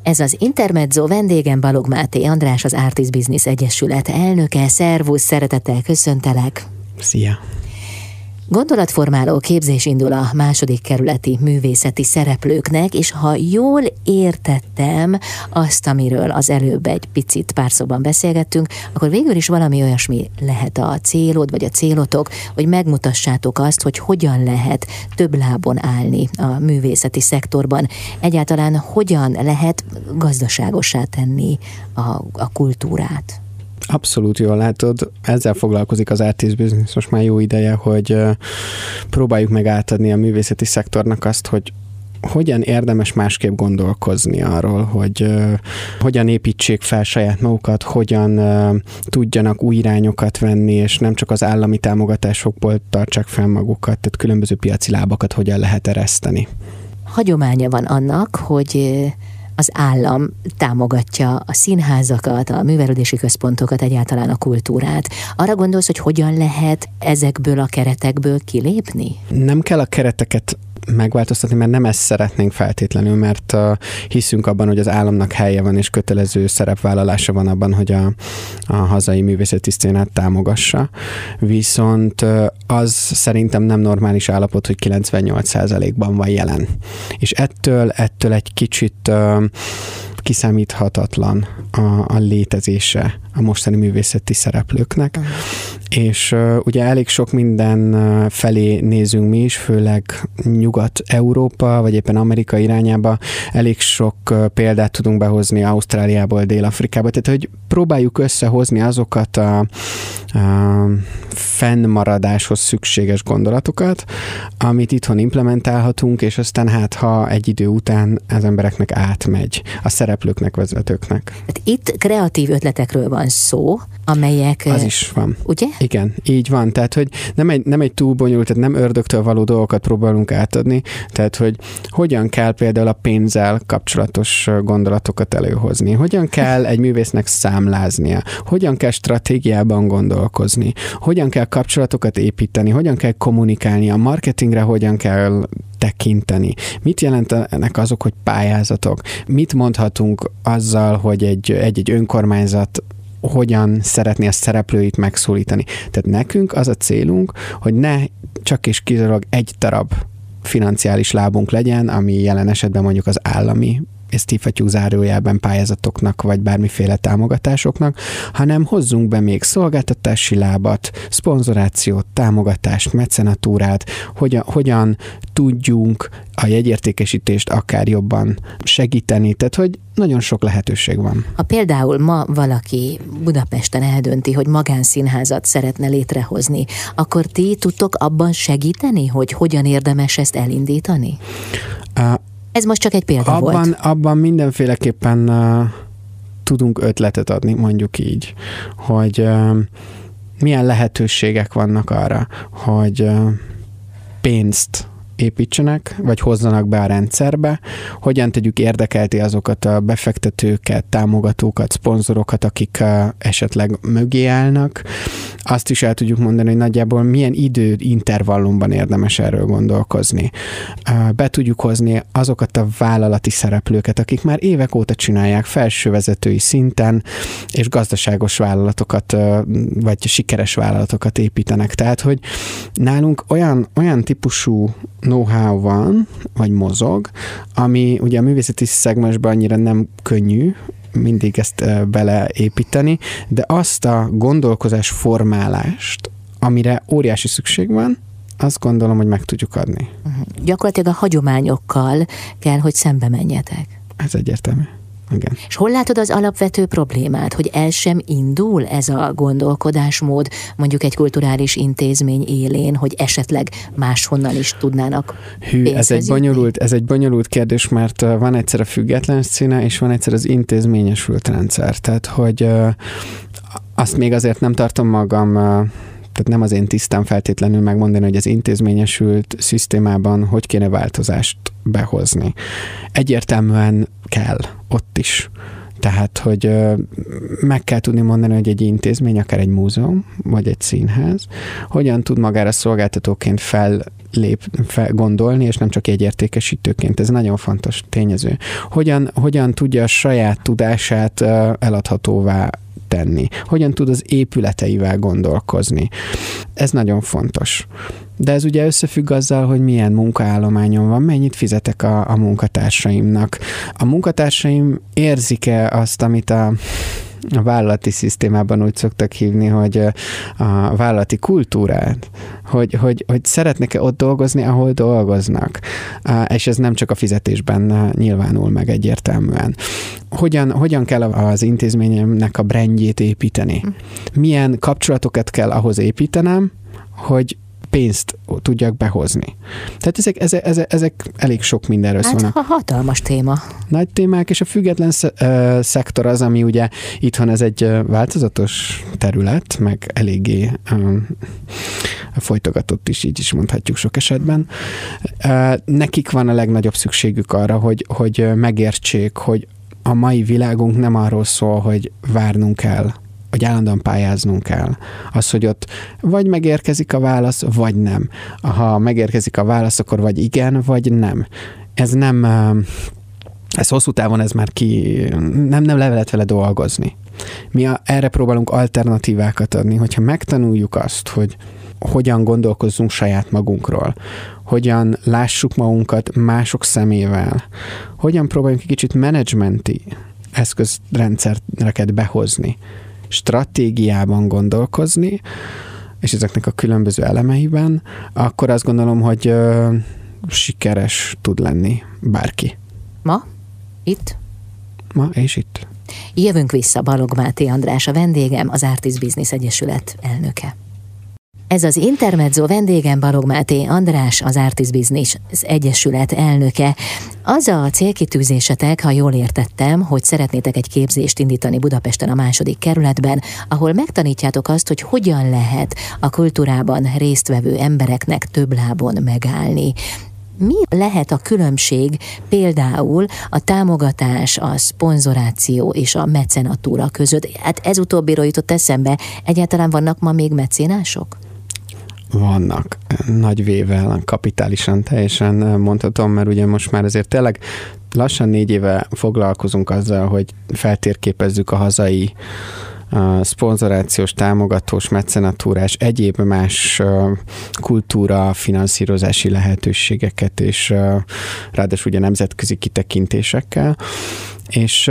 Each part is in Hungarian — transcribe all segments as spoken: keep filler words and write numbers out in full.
Ez az Intermezzo, vendégem Balogh Máté András, az Artis Business Egyesület elnöke. Szervusz, szeretettel köszöntelek. Szia! Gondolatformáló képzés indul a második kerületi művészeti szereplőknek, és ha jól értettem azt, amiről az előbb egy picit pár szóban beszélgettünk, akkor végül is valami olyasmi lehet a célod, vagy a célotok, hogy megmutassátok azt, hogy hogyan lehet több lábon állni a művészeti szektorban. Egyáltalán hogyan lehet gazdaságossá tenni a, a kultúrát. Abszolút jól látod, ezzel foglalkozik az Artis Business most már jó ideje, hogy próbáljuk meg átadni a művészeti szektornak azt, hogy hogyan érdemes másképp gondolkozni arról, hogy uh, hogyan építsék fel saját magukat, hogyan uh, tudjanak új irányokat venni, és nem csak az állami támogatásokból tartsák fel magukat, tehát különböző piaci lábakat hogyan lehet ereszteni. Hagyománya van annak, hogy az állam támogatja a színházakat, a művelődési központokat, egyáltalán a kultúrát. Arra gondolsz, hogy hogyan lehet ezekből a keretekből kilépni? Nem kell a kereteket megváltoztatni, mert nem ezt szeretnénk feltétlenül, mert uh, hiszünk abban, hogy az államnak helye van, és kötelező szerepvállalása van abban, hogy a, a hazai művészeti szcénát támogassa. Viszont uh, az szerintem nem normális állapot, hogy kilencvennyolc százalékban van jelen. És ettől, ettől egy kicsit uh, kiszámíthatatlan a, a létezése a mostani művészeti szereplőknek. Uh-huh. És uh, ugye elég sok minden uh, felé nézünk mi is, főleg Nyugat-Európa, vagy éppen Amerika irányába. Elég sok uh, példát tudunk behozni Ausztráliából, Dél-Afrikába. Tehát, hogy próbáljuk összehozni azokat a, a fennmaradáshoz szükséges gondolatokat, amit itthon implementálhatunk, és aztán hát, ha egy idő után az embereknek átmegy, a szereplőknek, vezetőknek. Hát itt kreatív ötletekről van szó, amelyek... Az is van. Ugye? Igen, így van. Tehát, hogy nem egy, nem egy túl bonyolult, tehát nem ördögtől való dolgokat próbálunk átadni, tehát, hogy hogyan kell például a pénzzel kapcsolatos gondolatokat előhozni, hogyan kell egy művésznek számláznia, hogyan kell stratégiában gondolkozni, hogyan kell kapcsolatokat építeni, hogyan kell kommunikálni, a marketingre hogyan kell tekinteni. Mit jelentenek azok, hogy pályázatok? Mit mondhatunk azzal, hogy egy, egy-egy önkormányzat hogyan szeretné a szereplőit megszólítani. Tehát nekünk az a célunk, hogy ne csak és kizárólag egy darab financiális lábunk legyen, ami jelen esetben mondjuk az állami, ezt hívhatjuk zárójelben pályázatoknak, vagy bármiféle támogatásoknak, hanem hozzunk be még szolgáltatási lábat, szponzorációt, támogatást, mecenatúrát, hogyan, hogyan tudjunk a jegyértékesítést akár jobban segíteni, tehát hogy nagyon sok lehetőség van. Ha például ma valaki Budapesten eldönti, hogy magánszínházat szeretne létrehozni, akkor ti tudtok abban segíteni, hogy hogyan érdemes ezt elindítani? Uh, Ez most csak egy példa abban, volt. Abban mindenféleképpen uh, tudunk ötletet adni, mondjuk így, hogy uh, milyen lehetőségek vannak arra, hogy uh, pénzt építsenek, vagy hozzanak be a rendszerbe, hogyan tegyük érdekelté azokat a befektetőket, támogatókat, szponzorokat, akik uh, esetleg mögé állnak. Azt is el tudjuk mondani, hogy nagyjából milyen időintervallumban érdemes erről gondolkozni. Uh, be tudjuk hozni azokat a vállalati szereplőket, akik már évek óta csinálják felsővezetői szinten, és gazdaságos vállalatokat, uh, vagy sikeres vállalatokat építenek. Tehát, hogy nálunk olyan, olyan típusú know-how van, vagy mozog, ami ugye a művészeti szegmensben annyira nem könnyű mindig ezt beleépíteni, de azt a gondolkozás formálást, amire óriási szükség van, azt gondolom, hogy meg tudjuk adni. Uh-huh. Gyakorlatilag a hagyományokkal kell, hogy szembe menjetek. Ez egyértelmű. Igen. És hol látod az alapvető problémát, hogy el sem indul ez a gondolkodásmód mondjuk egy kulturális intézmény élén, hogy esetleg máshonnan is tudnának Hű, ez egy, bonyolult, ez egy bonyolult kérdés, mert van egyszer a független színe, és van egyszer az intézményesült rendszer. Tehát, hogy azt még azért nem tartom magam Tehát nem az én tisztán feltétlenül megmondani, hogy az intézményesült szisztémában hogy kéne változást behozni. Egyértelműen kell ott is. Tehát, hogy meg kell tudni mondani, hogy egy intézmény, akár egy múzeum, vagy egy színház, hogyan tud magára szolgáltatóként fellép, fel gondolni, és nem csak jegyértékesítőként. Ez nagyon fontos tényező. Hogyan, hogyan tudja a saját tudását eladhatóvá tenni. Hogyan tud az épületeivel gondolkozni. Ez nagyon fontos. De ez ugye összefügg azzal, hogy milyen munkaállományon van, mennyit fizetek a, a munkatársaimnak. A munkatársaim érzik-e azt, amit a, a vállalati szisztémában úgy szoktak hívni, hogy a vállalati kultúrát, hogy, hogy, hogy szeretnek-e ott dolgozni, ahol dolgoznak. És ez nem csak a fizetésben nyilvánul meg egyértelműen. Hogyan, hogyan kell az intézményemnek a brandjét építeni? Milyen kapcsolatokat kell ahhoz építenem, hogy pénzt tudjak behozni. Tehát ezek, ezek, ezek, ezek elég sok mindenről hát, szólnak. Hát hatalmas téma. Nagy témák, és a független szektor az, ami ugye itthon ez egy változatos terület, meg eléggé um, folytogatott is, így is mondhatjuk sok esetben. Uh, nekik van a legnagyobb szükségük arra, hogy, hogy megértsék, hogy a mai világunk nem arról szól, hogy várnunk kell, hogy állandóan pályáznunk kell. Az, hogy ott vagy megérkezik a válasz, vagy nem. Ha megérkezik a válasz, akkor vagy igen, vagy nem. Ez nem, ez hosszú távon ez már ki, nem, nem le lehet vele dolgozni. Mi a, erre próbálunk alternatívákat adni, hogyha megtanuljuk azt, hogy hogyan gondolkozzunk saját magunkról, hogyan lássuk magunkat mások szemével, hogyan próbáljunk egy kicsit menedzsmenti eszközrendszereket behozni, stratégiában gondolkozni, és ezeknek a különböző elemeiben, akkor azt gondolom, hogy ö, sikeres tud lenni bárki. Ma? Itt? Ma és itt. Jövünk vissza, Balogh Máté András a vendégem, az Artis Business Egyesület elnöke. Ez az Intermezzo, vendégem Balogh Máté András, az Artis Business Egyesület elnöke. Az a célkitűzésetek, ha jól értettem, hogy szeretnétek egy képzést indítani Budapesten a második kerületben, ahol megtanítjátok azt, hogy hogyan lehet a kultúrában résztvevő embereknek több lábon megállni. Mi lehet a különbség például a támogatás, a szponzoráció és a mecenatúra között? Hát ez utóbbiról jutott eszembe. Egyáltalán vannak ma még mecénások? Vannak. Nagy vével, kapitálisan teljesen mondhatom, mert ugye most már azért tényleg lassan négy éve foglalkozunk azzal, hogy feltérképezzük a hazai a szponzorációs, támogatós, mecenatúrás, egyéb más kultúra, finanszírozási lehetőségeket, és ráadásul ugye nemzetközi kitekintésekkel, és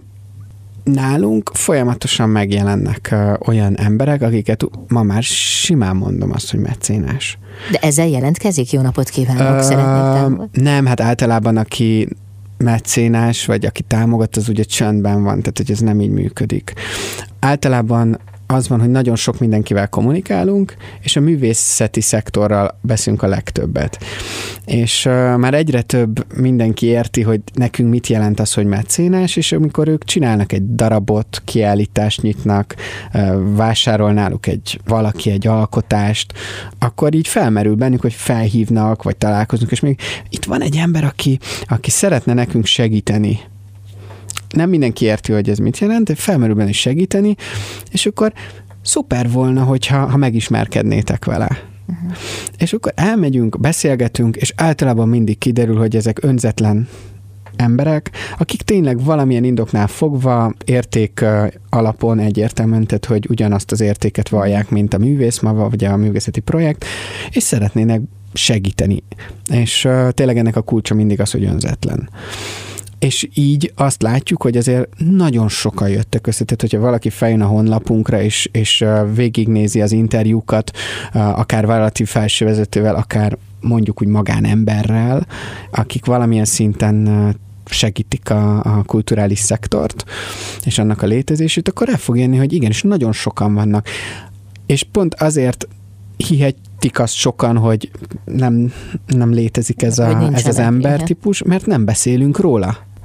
nálunk folyamatosan megjelennek olyan emberek, akiket ma már simán mondom azt, hogy mecénás. De ezzel jelentkezik? Jó napot kívánok, uh, szeretnék támogatni? Nem, hát általában aki mecénás, vagy aki támogat, az ugye csöndben van, tehát hogy ez nem így működik. Általában az van, hogy nagyon sok mindenkivel kommunikálunk, és a művészeti szektorral beszélünk a legtöbbet. És uh, már egyre több mindenki érti, hogy nekünk mit jelent az, hogy mecénás, és amikor ők csinálnak egy darabot, kiállítást nyitnak, uh, vásárol náluk egy, valaki egy alkotást, akkor így felmerül bennük, hogy felhívnak, vagy találkozunk, és még itt van egy ember, aki, aki szeretne nekünk segíteni. Nem mindenki érti, hogy ez mit jelent, de felmerül benne segíteni, és akkor szuper volna, hogyha ha megismerkednétek vele. Uh-huh. És akkor elmegyünk, beszélgetünk, és általában mindig kiderül, hogy ezek önzetlen emberek, akik tényleg valamilyen indoknál fogva érték alapon egyértelműen, tehát hogy ugyanazt az értéket vallják, mint a művész maga, vagy a művészeti projekt, és szeretnének segíteni. És uh, tényleg ennek a kulcsa mindig az, hogy önzetlen. És így azt látjuk, hogy azért nagyon sokan jöttek össze, tehát hogyha valaki feljön a honlapunkra, és, és végignézi az interjúkat, akár vállalati felsővezetővel, akár mondjuk úgy magánemberrel, akik valamilyen szinten segítik a, a kulturális szektort, és annak a létezését, akkor el fog jönni, hogy igenis nagyon sokan vannak. És pont azért hihetik azt sokan, hogy nem, nem létezik ez, a, ez az embertípus, mert nem beszélünk róla.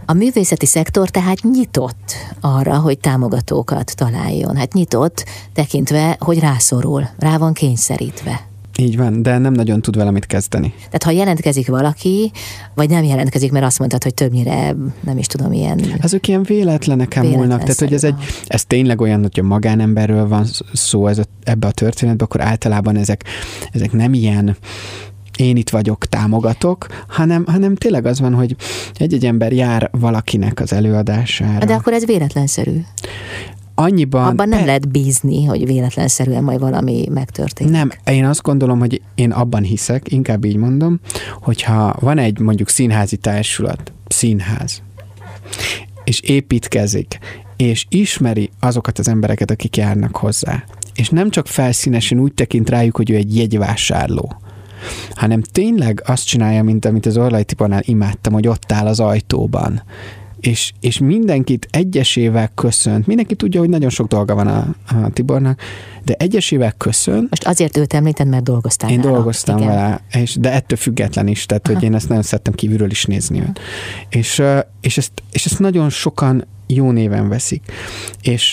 A művészeti szektor tehát nyitott arra, hogy támogatókat találjon. Hát nyitott, tekintve, hogy rászorul, rá van kényszerítve. Így van, de nem nagyon tud vele mit kezdeni. Tehát ha jelentkezik valaki, vagy nem jelentkezik, mert azt mondtad, hogy többnyire, nem is tudom, ilyen... Azok ilyen véletleneken múlnak, tehát hogy ez, egy, ez tényleg olyan, hogy a magánemberről van szó ez a, ebbe a történetben, akkor általában ezek, ezek nem ilyen én itt vagyok, támogatok, hanem, hanem tényleg az van, hogy egy-egy ember jár valakinek az előadására. De akkor ez véletlenszerű. Annyiban... Abban nem pe... lehet bízni, hogy véletlenszerűen majd valami megtörténik. Nem, én azt gondolom, hogy én abban hiszek, inkább így mondom, hogyha van egy mondjuk színházi társulat, színház, és építkezik, és ismeri azokat az embereket, akik járnak hozzá, és nem csak felszínesen úgy tekint rájuk, hogy ő egy jegyvásárló, hanem tényleg azt csinálja, mint amit az Orlai Tibornál imádtam, hogy ott áll az ajtóban, és, és mindenkit egyesével köszönt. Mindenki tudja, hogy nagyon sok dolga van a, a Tibornak, de egyesével köszönt. Most azért őt említed, mert dolgoztál Én nála. dolgoztam Igen. vele, és, de ettől független is, tehát hogy én ezt nagyon szerettem kívülről is nézni őt. És, és, ezt, és ezt nagyon sokan jó néven veszik. És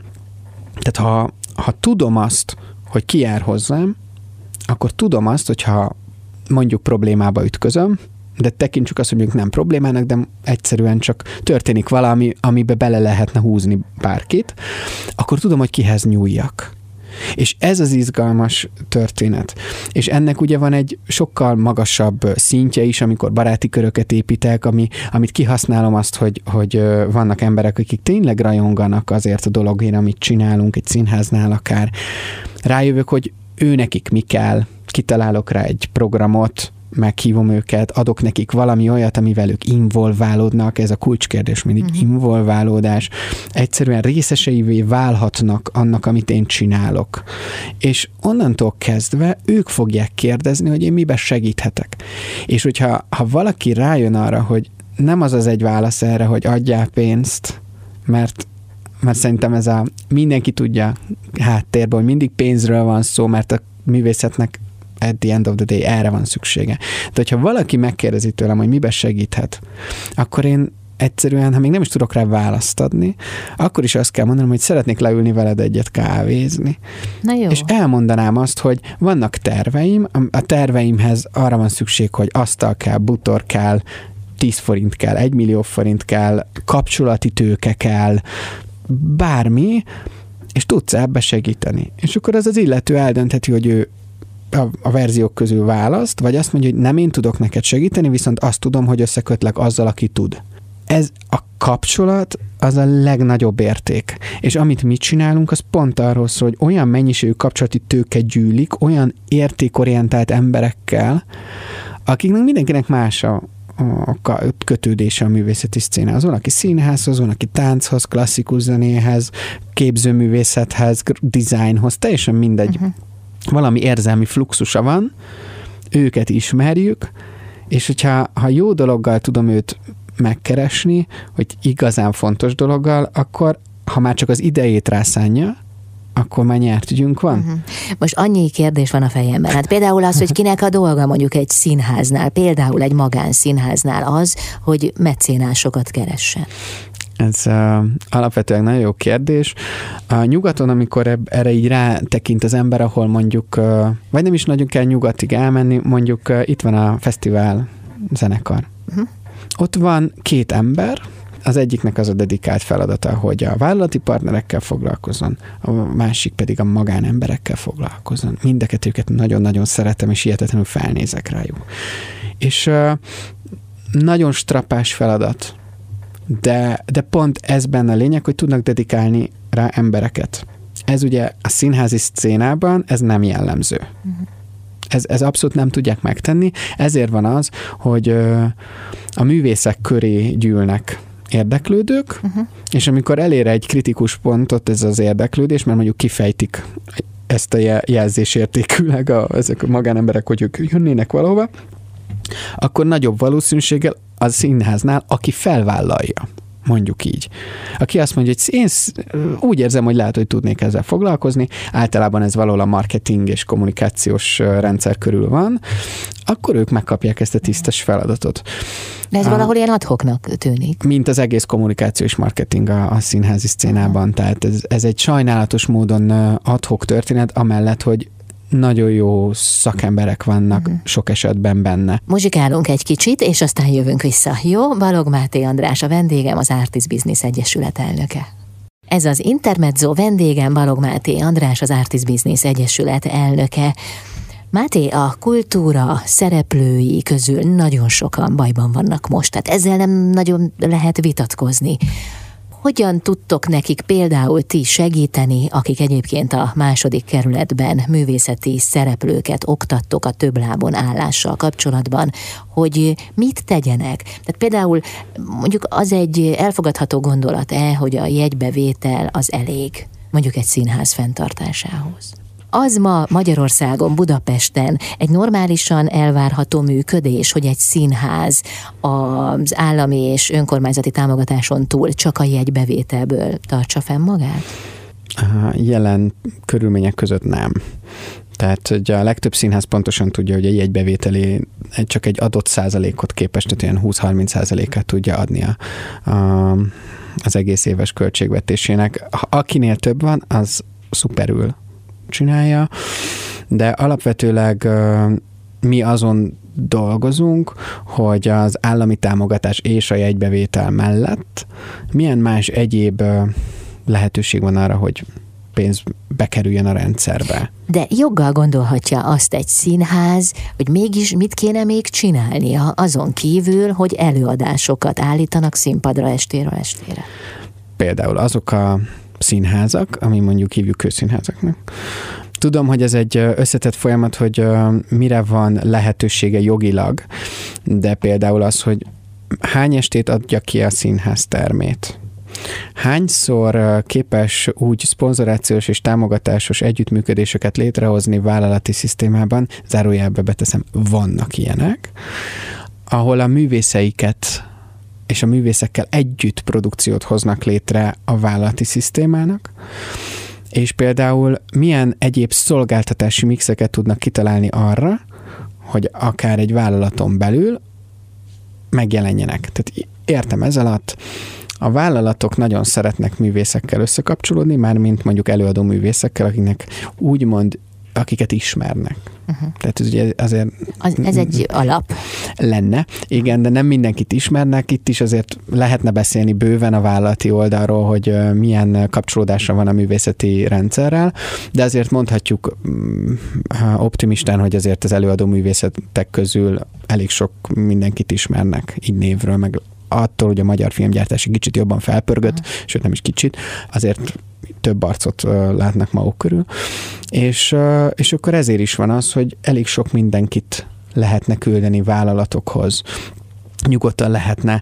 tehát ha, ha tudom azt, hogy ki jár hozzám, akkor tudom azt, hogyha mondjuk problémába ütközöm, de tekintsük azt, hogy mondjuk nem problémának, de egyszerűen csak történik valami, amibe bele lehetne húzni bárkit, akkor tudom, hogy kihez nyúljak. És ez az izgalmas történet. És ennek ugye van egy sokkal magasabb szintje is, amikor baráti köröket építek, ami, amit kihasználom azt, hogy, hogy vannak emberek, akik tényleg rajonganak azért a dologért, amit csinálunk, egy színháznál akár. Rájövök, hogy ő nekik mi kell, kitalálok rá egy programot, meghívom őket, adok nekik valami olyat, amivel ők involválódnak, ez a kulcskérdés mindig, uh-huh. involválódás, egyszerűen részeseivé válhatnak annak, amit én csinálok. És onnantól kezdve ők fogják kérdezni, hogy én miben segíthetek. És hogyha ha valaki rájön arra, hogy nem az az egy válasz erre, hogy adjál pénzt, mert mert szerintem ez a mindenki tudja háttérben, hogy mindig pénzről van szó, mert a művészetnek at the end of the day erre van szüksége. De hogyha valaki megkérdezi tőlem, hogy miben segíthet, akkor én egyszerűen, ha még nem is tudok rá választ adni, akkor is azt kell mondanom, hogy szeretnék leülni veled egyet kávézni. Na jó. És elmondanám azt, hogy vannak terveim, a terveimhez arra van szükség, hogy asztal kell, butor kell, tíz forint kell, egy millió forint kell, kapcsolati tőke kell, bármi, és tudsz ebbe segíteni. És akkor az az illető eldöntheti, hogy ő a, a verziók közül választ, vagy azt mondja, hogy nem én tudok neked segíteni, viszont azt tudom, hogy összekötlek azzal, aki tud. Ez a kapcsolat az a legnagyobb érték. És amit mi csinálunk, az pont arról szól, hogy olyan mennyiségű kapcsolati tőke gyűlik, olyan értékorientált emberekkel, akiknek mindenkinek más a a kötődése a művészeti szcénához. Van, aki színházhoz, van, aki tánchoz, klasszikus zenéhez, képzőművészethez, dizájnhoz, teljesen mindegy. Uh-huh. Valami érzelmi fluxusa van, őket ismerjük, és hogyha ha jó dologgal tudom őt megkeresni, hogy igazán fontos dologgal, akkor ha már csak az idejét rászánja, akkor már nyert ügyünk van. Uh-huh. Most annyi kérdés van a fejemben. Hát például az, hogy kinek a dolga mondjuk egy színháznál, például egy magánszínháznál az, hogy mecénásokat keressen. Ez uh, alapvetően nagyon jó kérdés. A nyugaton, amikor eb- erre így rátekint az ember, ahol mondjuk, uh, vagy nem is nagyon kell nyugatig elmenni, mondjuk uh, itt van a fesztivál zenekar. Uh-huh. Ott van két ember, az egyiknek az a dedikált feladata, hogy a vállalati partnerekkel foglalkozzon, a másik pedig a magánemberekkel foglalkozzon. Mindeket őket nagyon-nagyon szeretem, és hihetetlenül felnézek rájuk. És uh, nagyon strapás feladat, de, de pont ez benne a lényeg, hogy tudnak dedikálni rá embereket. Ez ugye a színházi szcénában ez nem jellemző. Uh-huh. Ez, ez abszolút nem tudják megtenni, ezért van az, hogy uh, a művészek köré gyűlnek érdeklődők, uh-huh. és amikor elér egy kritikus pontot ez az érdeklődés, mert mondjuk kifejtik ezt a jelzésértékűleg a, ezek a magánemberek, hogy ők jönnének valahova, akkor nagyobb valószínűséggel a színháznál, aki felvállalja mondjuk így. Aki azt mondja, hogy én úgy érzem, hogy lehet, hogy tudnék ezzel foglalkozni, általában ez valahol a marketing és kommunikációs rendszer körül van, akkor ők megkapják ezt a tisztes feladatot. De ez a, valahol ilyen ad-hocnak tűnik. Mint az egész kommunikáció és marketing a, a színházi szcénában. Uh-huh. Tehát ez, ez egy sajnálatos módon ad-hoc történet, amellett, hogy nagyon jó szakemberek vannak uh-huh. sok esetben benne. Muzsikálunk egy kicsit, és aztán jövünk vissza. Jó? Balog Máté András a vendégem, az Artist Business Egyesület elnöke. Ez az Intermezzo, vendégem Balog Máté András, az Artist Business Egyesület elnöke. Máté, a kultúra szereplői közül nagyon sokan bajban vannak most, tehát ezzel nem nagyon lehet vitatkozni. Hogyan tudtok nekik például ti segíteni, akik egyébként a második kerületben művészeti szereplőket oktattok a több lábon állással kapcsolatban, hogy mit tegyenek? Tehát például mondjuk az egy elfogadható gondolat-e, hogy a jegybevétel az elég mondjuk egy színház fenntartásához? Az ma Magyarországon, Budapesten egy normálisan elvárható működés, hogy egy színház az állami és önkormányzati támogatáson túl csak a jegybevételből tartsa fenn magát? Jelen körülmények között nem. Tehát ugye a legtöbb színház pontosan tudja, hogy a jegybevételé csak egy adott százalékot képes, tehát olyan húsz-harminc százalékát tudja adni a, a, az egész éves költségvetésének. Akinél több van, az szuperül csinálja, de alapvetőleg mi azon dolgozunk, hogy az állami támogatás és a jegybevétel mellett milyen más egyéb lehetőség van arra, hogy pénz bekerüljön a rendszerbe. De joggal gondolhatja azt egy színház, hogy mégis mit kéne még csinálnia azon kívül, hogy előadásokat állítanak színpadra estéről estére. Például azok a színházak, ami mondjuk hívjuk közszínházaknak. Tudom, hogy ez egy összetett folyamat, hogy mire van lehetősége jogilag, de például az, hogy hány estét adja ki a színház termét. Hányszor képes úgy szponzorációs és támogatásos együttműködéseket létrehozni vállalati szisztémában, zárójelbe beteszem, vannak ilyenek, ahol a művészeiket és a művészekkel együtt produkciót hoznak létre a vállalati szisztémának, és például milyen egyéb szolgáltatási mixeket tudnak kitalálni arra, hogy akár egy vállalaton belül megjelenjenek. Tehát értem ez alatt, a vállalatok nagyon szeretnek művészekkel összekapcsolódni, mármint mondjuk előadó művészekkel, akiknek úgymond, akiket ismernek. Uh-huh. Tehát ez ugye azért... Az, ez egy alap. Lenne. Igen, de nem mindenkit ismernek. Itt is azért lehetne beszélni bőven a vállalati oldalról, hogy milyen kapcsolódása van a művészeti rendszerrel, de azért mondhatjuk optimistán, hogy azért az előadó művészetek közül elég sok mindenkit ismernek így névről, meg attól, hogy a magyar filmgyártás egy kicsit jobban felpörgött, uh-huh. sőt nem is kicsit, azért több arcot uh, látnak maguk körül. És, uh, és akkor ezért is van az, hogy elég sok mindenkit lehetne küldeni vállalatokhoz. Nyugodtan lehetne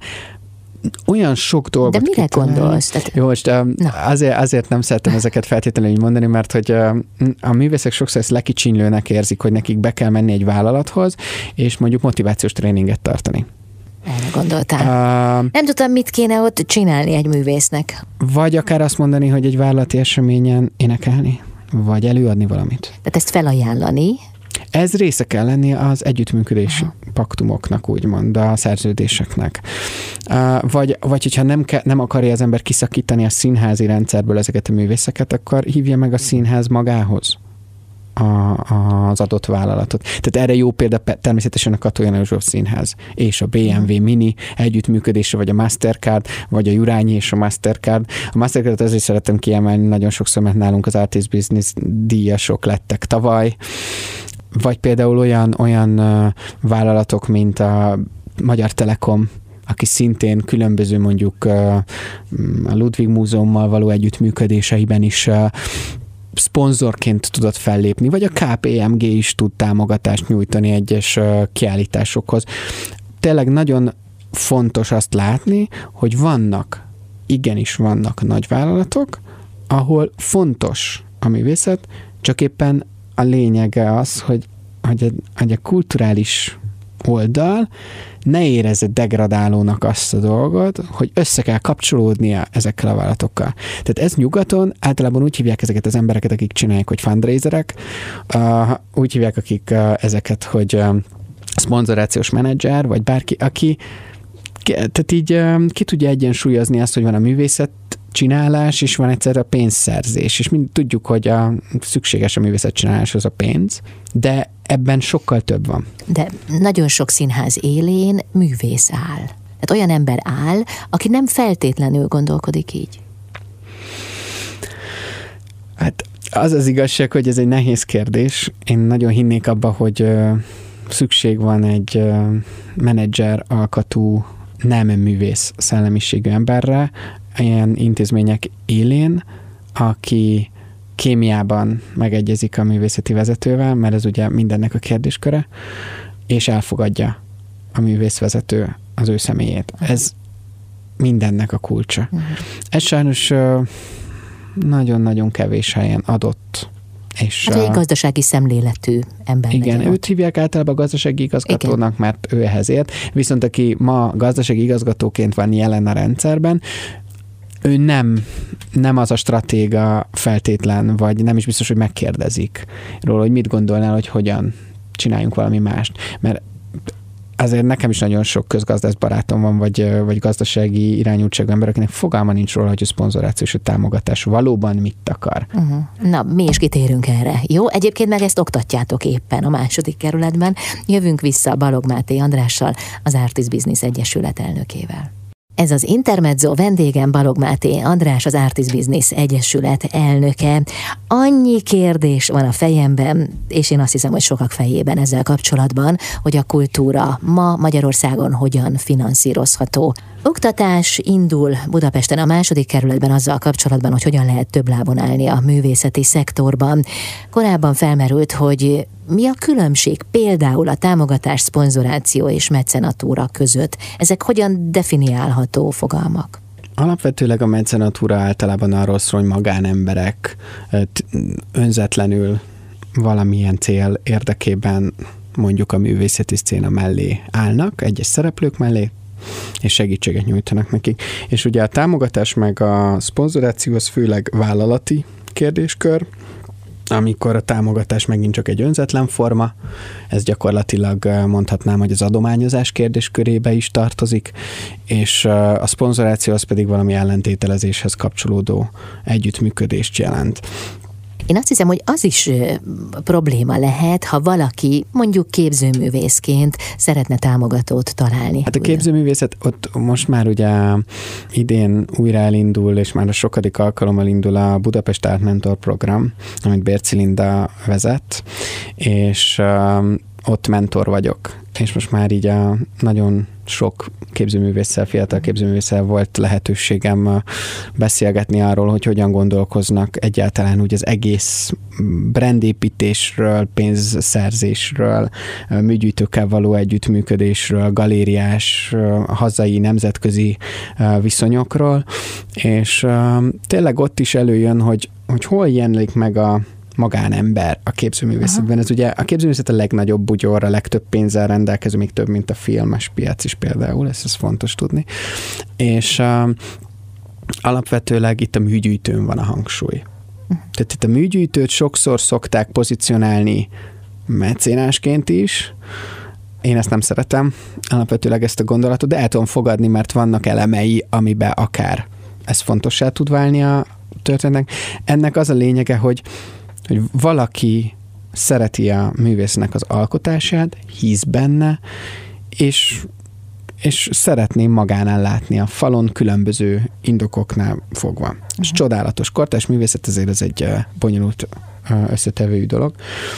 olyan sok dolgot. De mire kitalálni. Gondolsz? Tehát... Jó, most uh, azért, azért nem szeretem ezeket feltétlenül így mondani, mert hogy uh, a művészek sokszor ezt lekicsinylőnek érzik, hogy nekik be kell menni egy vállalathoz, és mondjuk motivációs tréninget tartani. Erre gondoltál. Uh, nem tudtam, mit kéne ott csinálni egy művésznek. Vagy akár azt mondani, hogy egy vállalati eseményen énekelni, vagy előadni valamit. Tehát ezt felajánlani? Ez része kell lenni az együttműködési Aha. paktumoknak, úgymond, a szerződéseknek. Uh, vagy, vagy hogyha nem, ke, nem akarja az ember kiszakítani a színházi rendszerből ezeket a művészeket, akkor hívja meg a színház magához A, az adott vállalatot. Tehát erre jó példa természetesen a Katona József Színház és a bé em vé Mini együttműködése, vagy a Mastercard, vagy a Jurányi és a Mastercard. A Mastercardot azért szeretem kiemelni nagyon sokszor, mert nálunk az Artist Business díjasok lettek tavaly, vagy például olyan, olyan vállalatok, mint a Magyar Telekom, aki szintén különböző mondjuk a Ludwig Múzeummal való együttműködéseiben is szponzorként tudott fellépni, vagy a ká pé em gé is tud támogatást nyújtani egyes kiállításokhoz. Tényleg nagyon fontos azt látni, hogy vannak, igenis vannak nagyvállalatok, ahol fontos a művészet, csak éppen a lényege az, hogy, hogy, a, hogy a kulturális oldal ne érezze degradálónak azt a dolgot, hogy össze kell kapcsolódnia ezekkel a vállalatokkal. Tehát ez nyugaton általában úgy hívják ezeket az embereket, akik csinálják, hogy fundraiserek, uh, úgy hívják, akik uh, ezeket, hogy uh, szponzorációs menedzser, vagy bárki, aki tehát így uh, ki tudja egyensúlyozni azt, hogy van a művészet csinálás, és van egyszer a pénzszerzés, és mind tudjuk, hogy a szükséges a művészet csináláshoz a pénz, de ebben sokkal több van. De nagyon sok színház élén művész áll. Tehát olyan ember áll, aki nem feltétlenül gondolkodik így. Hát az az igazság, hogy ez egy nehéz kérdés. Én nagyon hinnék abba, hogy uh, szükség van egy uh, menedzser alkatú, nem művész szellemiségű emberre, ilyen intézmények élén, aki kémiában megegyezik a művészeti vezetővel, mert ez ugye mindennek a kérdésköre, és elfogadja a művészvezető az ő személyét. Ez mindennek a kulcsa. Uh-huh. Ez sajnos nagyon-nagyon kevés helyen adott. És hát egy gazdasági szemléletű ember. Igen, őt hívják általában gazdasági igazgatónak, igen, mert ő ehhez ért. Viszont aki ma gazdasági igazgatóként van jelen a rendszerben, ő nem, nem az a stratéga feltétlen, vagy nem is biztos, hogy megkérdezik róla, hogy mit gondolnál, hogy hogyan csináljunk valami mást. Mert azért nekem is nagyon sok közgazdász barátom van, vagy, vagy gazdasági irányultságú ember, akinek fogalma nincs róla, hogy a szponzorációs támogatás valóban mit akar. Uh-huh. Na, mi is kitérünk erre. Jó, egyébként meg ezt oktatjátok éppen a második kerületben. Jövünk vissza Balogh Máté Andrással, az Artist Business Egyesület elnökével. Ez az Intermezzo, vendégem Balogh Máté András, az Artist Business Egyesület elnöke. Annyi kérdés van a fejemben, és én azt hiszem, hogy sokak fejében ezzel kapcsolatban, hogy a kultúra ma Magyarországon hogyan finanszírozható. Oktatás indul Budapesten a második kerületben azzal kapcsolatban, hogy hogyan lehet több lábon állni a művészeti szektorban. Korábban felmerült, hogy mi a különbség például a támogatás, szponzoráció és mecenatúra között? Ezek hogyan definiálható fogalmak? Alapvetőleg a mecenatúra általában arról szól, hogy magánemberek önzetlenül valamilyen cél érdekében mondjuk a művészeti szcéna mellé állnak, egyes szereplők mellé, és segítséget nyújtanak nekik. És ugye a támogatás meg a szponzoráció az főleg vállalati kérdéskör, amikor a támogatás megint csak egy önzetlen forma, ez gyakorlatilag mondhatnám, hogy az adományozás kérdéskörébe is tartozik, és a szponzoráció az pedig valami ellentételezéshez kapcsolódó együttműködést jelent. Én azt hiszem, hogy az is probléma lehet, ha valaki mondjuk képzőművészként szeretne támogatót találni. Hát a képzőművészet ott most már ugye idén újra elindul, és már a sokadik alkalommal indul a Budapest Art Mentor program, amit Bérci Linda vezet, és um, ott mentor vagyok. És most már így a nagyon sok képzőművésszel, fiatal képzőművésszel volt lehetőségem beszélgetni arról, hogy hogyan gondolkoznak egyáltalán úgy az egész brandépítésről, pénzszerzésről, műgyűjtőkkel való együttműködésről, galériás, hazai, nemzetközi viszonyokról, és tényleg ott is előjön, hogy, hogy hol jelenik meg a magánember a képzőművészetben. Ez ugye a képzőművészet a legnagyobb bugyor, a legtöbb pénzzel rendelkező, még több, mint a filmes piac is például, ez, ez fontos tudni. És uh, alapvetőleg itt a műgyűjtőn van a hangsúly. Tehát itt a műgyűjtőt sokszor szokták pozícionálni mecénásként is. Én ezt nem szeretem, alapvetőleg ezt a gondolatot, de el tudom fogadni, mert vannak elemei, amiben akár ez fontossá tud válni a történetnek. Ennek az a lényege, hogy hogy valaki szereti a művésznek az alkotását, hisz benne, és, és szeretné magánál látni a falon különböző indokoknál fogva. Uh-huh. És csodálatos kortárs művészet, ezért ez egy bonyolult összetevőjű dolog.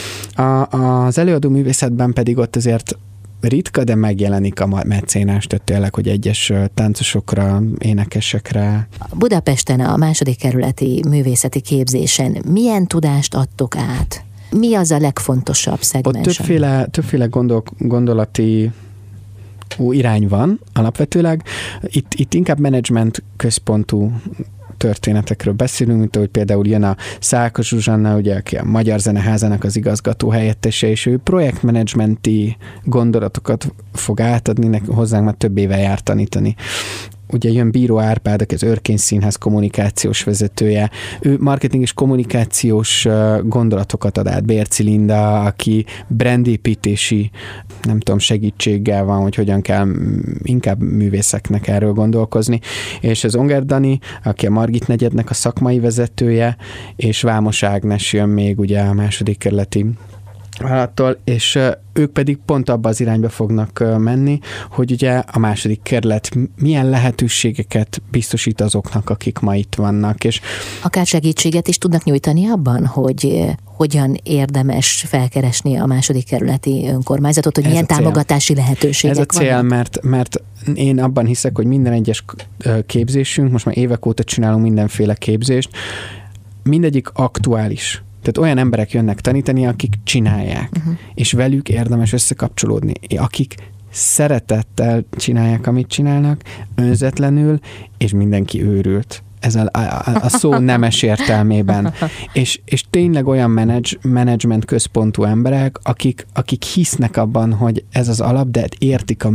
A, az előadó művészetben pedig ott azért ritka, de megjelenik a mecénás, tehát tényleg, hogy egyes táncosokra, énekesekre. Budapesten a második kerületi művészeti képzésen milyen tudást adtok át? Mi az a legfontosabb szegmens? Ott többféle, többféle gondol, gondolati irány van alapvetőleg. Itt, itt inkább menedzsment központú történetekről beszélünk, mint ahogy például jön a Szálka Zsuzsanna, ugye, aki a Magyar Zeneházának az igazgató helyettese, és ő projektmenedzsmenti gondolatokat fog átadni, hozzánk már több éve jár tanítani. Ugye jön Bíró Árpád, aki az Örkény Színház kommunikációs vezetője. Ő marketing és kommunikációs gondolatokat ad át. Bérci Linda, aki brandépítési, nem tudom, segítséggel van, hogy hogyan kell inkább művészeknek erről gondolkozni. És az Onger Dani, aki a Margit negyednek a szakmai vezetője, és Vámos Ágnes jön még ugye a második kerületi vállalattól, és ők pedig pont abba az irányba fognak menni, hogy ugye a második kerület milyen lehetőségeket biztosít azoknak, akik ma itt vannak. És akár segítséget is tudnak nyújtani abban, hogy hogyan érdemes felkeresni a második kerületi önkormányzatot, hogy milyen támogatási lehetőségek vannak. Ez a cél, mert, mert én abban hiszek, hogy minden egyes képzésünk, most már évek óta csinálunk mindenféle képzést, mindegyik aktuális. Tehát olyan emberek jönnek tanítani, akik csinálják, uh-huh. és velük érdemes összekapcsolódni, akik szeretettel csinálják, amit csinálnak, önzetlenül, és mindenki őrült. Ez a, a, a szó nemes értelmében. és, és tényleg olyan menedzs, menedzsment központú emberek, akik, akik hisznek abban, hogy ez az alap, de értik a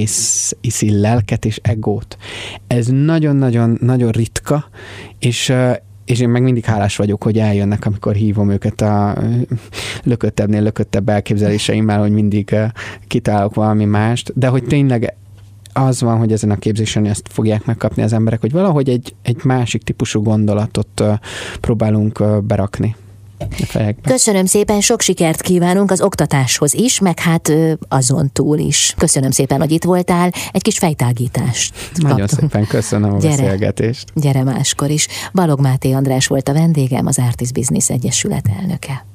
művészi lelket és egót. Ez nagyon-nagyon nagyon ritka, és és én meg mindig hálás vagyok, hogy eljönnek, amikor hívom őket a lököttebbnél lököttebb elképzeléseimmel, hogy mindig kitálok valami mást, de hogy tényleg az van, hogy ezen a képzésen ezt fogják megkapni az emberek, hogy valahogy egy, egy másik típusú gondolatot próbálunk berakni. Köszönöm szépen, sok sikert kívánunk az oktatáshoz is, meg hát azon túl is. Köszönöm szépen, hogy itt voltál, egy kis fejtágítást Nagyon kaptunk. szépen köszönöm a gyere, beszélgetést. Gyere máskor is. Balog Máté András volt a vendégem, az Artis Business Egyesület elnöke.